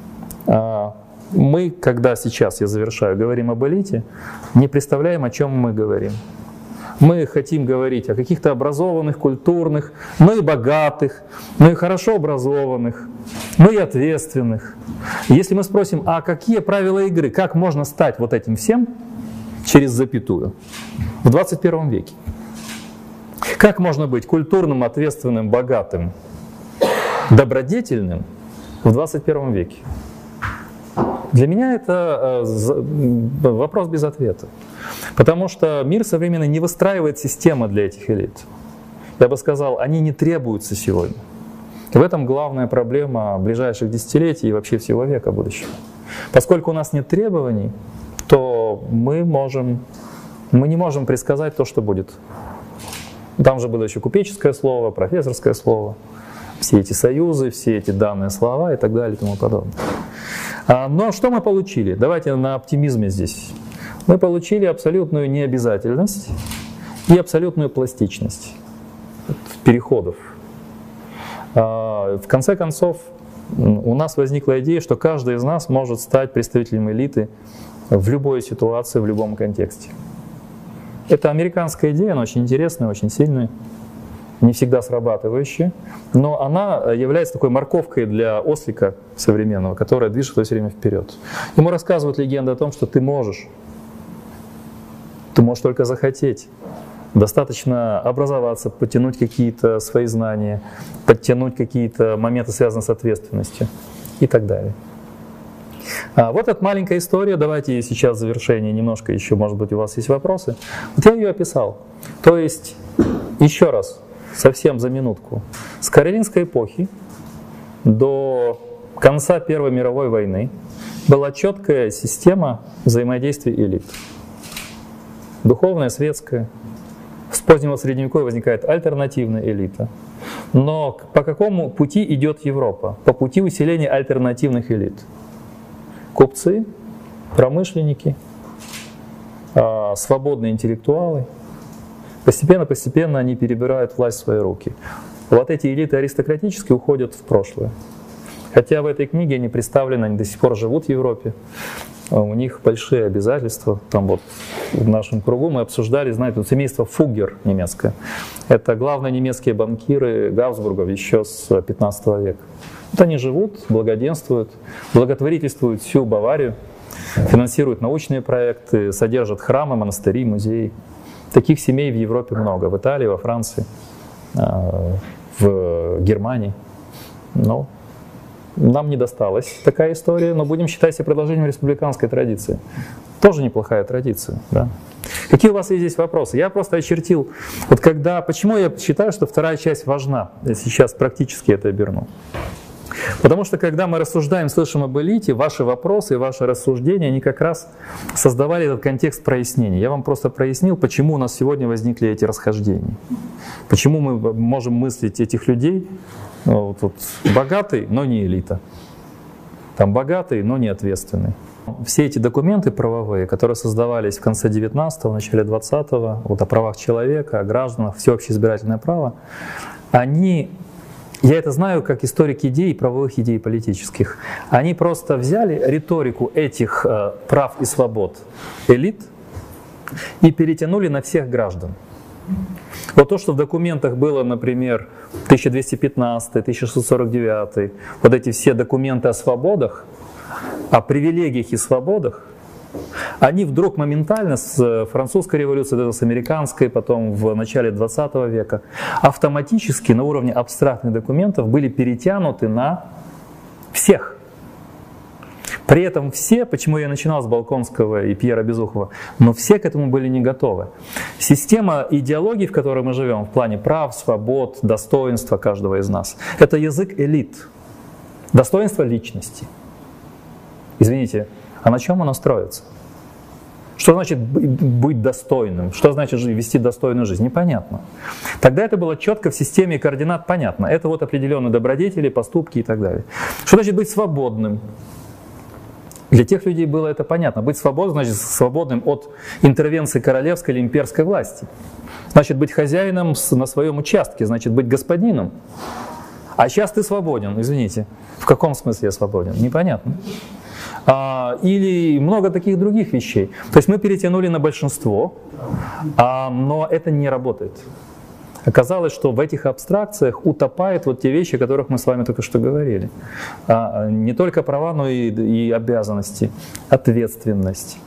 мы, когда сейчас, я завершаю, говорим об элите, не представляем, о чем мы говорим. Мы хотим говорить о каких-то образованных, культурных, но и богатых, но и хорошо образованных, но и ответственных. Если мы спросим, а какие правила игры, как можно стать вот этим всем, через запятую в двадцать первом веке. Как можно быть культурным, ответственным, богатым, добродетельным в двадцать первом веке? Для меня это вопрос без ответа. Потому что мир современный не выстраивает системы для этих элит. Я бы сказал, они не требуются сегодня. В этом главная проблема ближайших десятилетий и вообще всего века будущего. Поскольку у нас нет требований, то мы, можем, мы не можем предсказать то, что будет. Там же было еще купеческое слово, профессорское слово, все эти союзы, все эти данные слова и так далее и тому подобное. Но что мы получили? Давайте на оптимизме здесь. Мы получили абсолютную необязательность и абсолютную пластичность переходов. В конце концов, у нас возникла идея, что каждый из нас может стать представителем элиты в любой ситуации, в любом контексте. Это американская идея, она очень интересная, очень сильная, не всегда срабатывающая, но она является такой морковкой для ослика современного, которая движет все время вперед. Ему рассказывают легенды о том, что ты можешь, ты можешь только захотеть. Достаточно образоваться, подтянуть какие-то свои знания, подтянуть какие-то моменты, связанные с ответственностью и так далее. А вот эта маленькая история, давайте сейчас в завершение немножко еще, может быть, у вас есть вопросы. Вот я ее описал. То есть, еще раз, совсем за минутку. С каролингской эпохи до конца Первой мировой войны была четкая система взаимодействия элит. Духовная, светская. С позднего Средневековья возникает альтернативная элита. Но по какому пути идет Европа? По пути усиления альтернативных элит. Купцы, промышленники, свободные интеллектуалы. Постепенно-постепенно они перебирают власть в свои руки. Вот эти элиты аристократические уходят в прошлое. Хотя в этой книге они представлены, они до сих пор живут в Европе. У них большие обязательства. Там вот в нашем кругу мы обсуждали, знаете, семейство Фуггер немецкое. Это главные немецкие банкиры Габсбургов еще с пятнадцатого века. Вот они живут, благоденствуют, благотворительствуют всю Баварию, финансируют научные проекты, содержат храмы, монастыри, музеи. Таких семей в Европе много. В Италии, во Франции, в Германии. Но нам не досталась такая история, но будем считать себя продолжением республиканской традиции. Тоже неплохая традиция. Да? Какие у вас есть здесь вопросы? Я просто очертил, вот когда, почему я считаю, что вторая часть важна, я сейчас практически это оберну. Потому что когда мы рассуждаем, слышим об элите, ваши вопросы и ваши рассуждения, они как раз создавали этот контекст прояснения. Я вам просто прояснил, почему у нас сегодня возникли эти расхождения. Почему мы можем мыслить этих людей, вот, вот, богатый, но не элита. Там богатый, но не ответственный. Все эти документы правовые, которые создавались в конце девятнадцатого, в начале двадцатого, вот о правах человека, о гражданах, всеобщее избирательное право, они, я это знаю как историк идей, правовых идей политических, они просто взяли риторику этих э, прав и свобод элит и перетянули на всех граждан. Вот то, что в документах было, например, тысяча двести пятнадцатый, тысяча шестьсот сорок девятый, вот эти все документы о свободах, о привилегиях и свободах, они вдруг моментально с французской революции, с американской, потом в начале двадцатого века, автоматически на уровне абстрактных документов были перетянуты на всех. При этом все, почему я начинал с Болконского и Пьера Безухова, но все к этому были не готовы. Система идеологии, в которой мы живем, в плане прав, свобод, достоинства каждого из нас, это язык элит, достоинство личности. Извините, а на чем оно строится? Что значит быть достойным? Что значит вести достойную жизнь? Непонятно. Тогда это было четко в системе координат понятно. Это вот определенные добродетели, поступки и так далее. Что значит быть свободным? Для тех людей было это понятно. Быть свободным значит свободным от интервенции королевской или имперской власти. Значит быть хозяином на своем участке, значит быть господином. А сейчас ты свободен, извините. В каком смысле я свободен? Непонятно. А, или много таких других вещей. То есть мы перетянули на большинство, а, но это не работает. Оказалось, что в этих абстракциях утопают вот те вещи, о которых мы с вами только что говорили. А, не только права, но и, и обязанности, ответственность.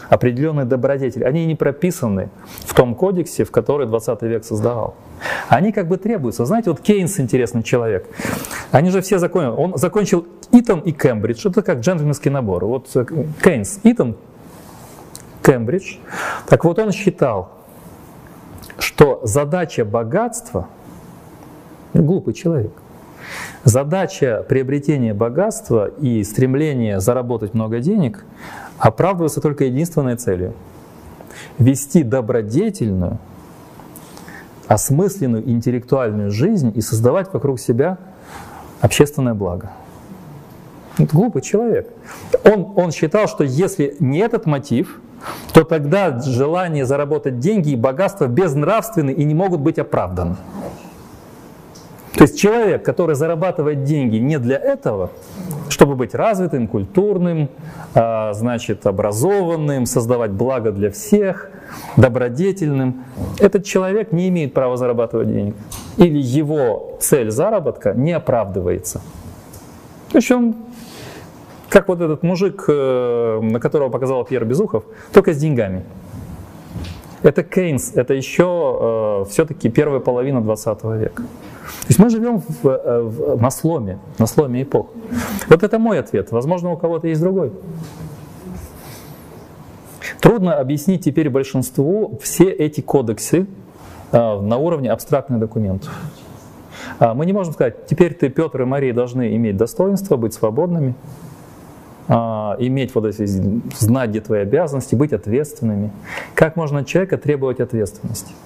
определенные добродетели. Они не прописаны в том кодексе, в который двадцатый век создавал. Они как бы требуются. Знаете, вот Кейнс интересный человек. Они же все закончили. Он закончил Итон и Кембридж. Это как джентльменский набор. Вот Кейнс, Итон, Кембридж. Так вот он считал, что задача богатства, глупый человек, задача приобретения богатства и стремление заработать много денег оправдывается только единственной целью — вести добродетельную, осмысленную интеллектуальную жизнь и создавать вокруг себя общественное благо. Это глупый человек. Он, он считал, что если не этот мотив, то тогда желание заработать деньги и богатство безнравственны и не могут быть оправданы. То есть человек, который зарабатывает деньги не для этого, чтобы быть развитым, культурным, значит, образованным, создавать благо для всех, добродетельным, этот человек не имеет права зарабатывать денег. Или его цель заработка не оправдывается. То есть он, как вот этот мужик, на которого показал Пьер Безухов, только с деньгами. Это Кейнс, это еще э, все-таки первая половина двадцатого века. То есть мы живем в, в, на сломе, на сломе эпох. Вот это мой ответ. Возможно, у кого-то есть другой. Трудно объяснить теперь большинству все эти кодексы э, на уровне абстрактных документов. А мы не можем сказать, теперь ты, Петр и Мария, должны иметь достоинство, быть свободными, иметь вот эти, знать, где твои обязанности, быть ответственными. Как можно от человека требовать ответственности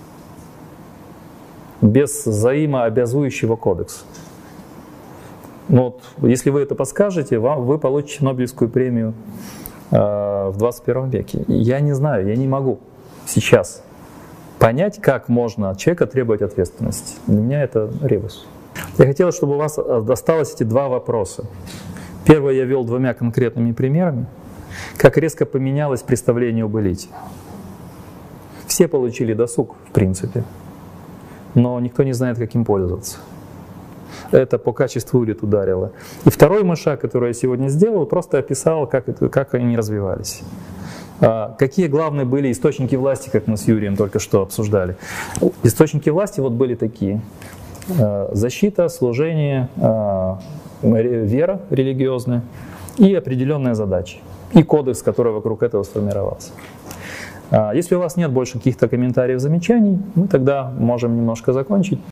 без взаимообязующего кодекса? Ну, вот, если вы это подскажете, вам, вы получите Нобелевскую премию э, в двадцать первом веке. Я не знаю, я не могу сейчас понять, как можно от человека требовать ответственности. Для меня это ребус. Я хотел, чтобы у вас осталось эти два вопроса. Первое я вел двумя конкретными примерами, как резко поменялось представление об элите. Все получили досуг, в принципе, но никто не знает, как им пользоваться. Это по качеству элит ударило. И второй мой шаг, который я сегодня сделал, просто описал, как, это, как они развивались. А, какие главные были источники власти, как мы с Юрием только что обсуждали. Источники власти вот были такие. А, защита, служение, а, вера религиозная и определенные задачи, и кодекс, который вокруг этого сформировался. Если у вас нет больше каких-то комментариев, замечаний, мы тогда можем немножко закончить.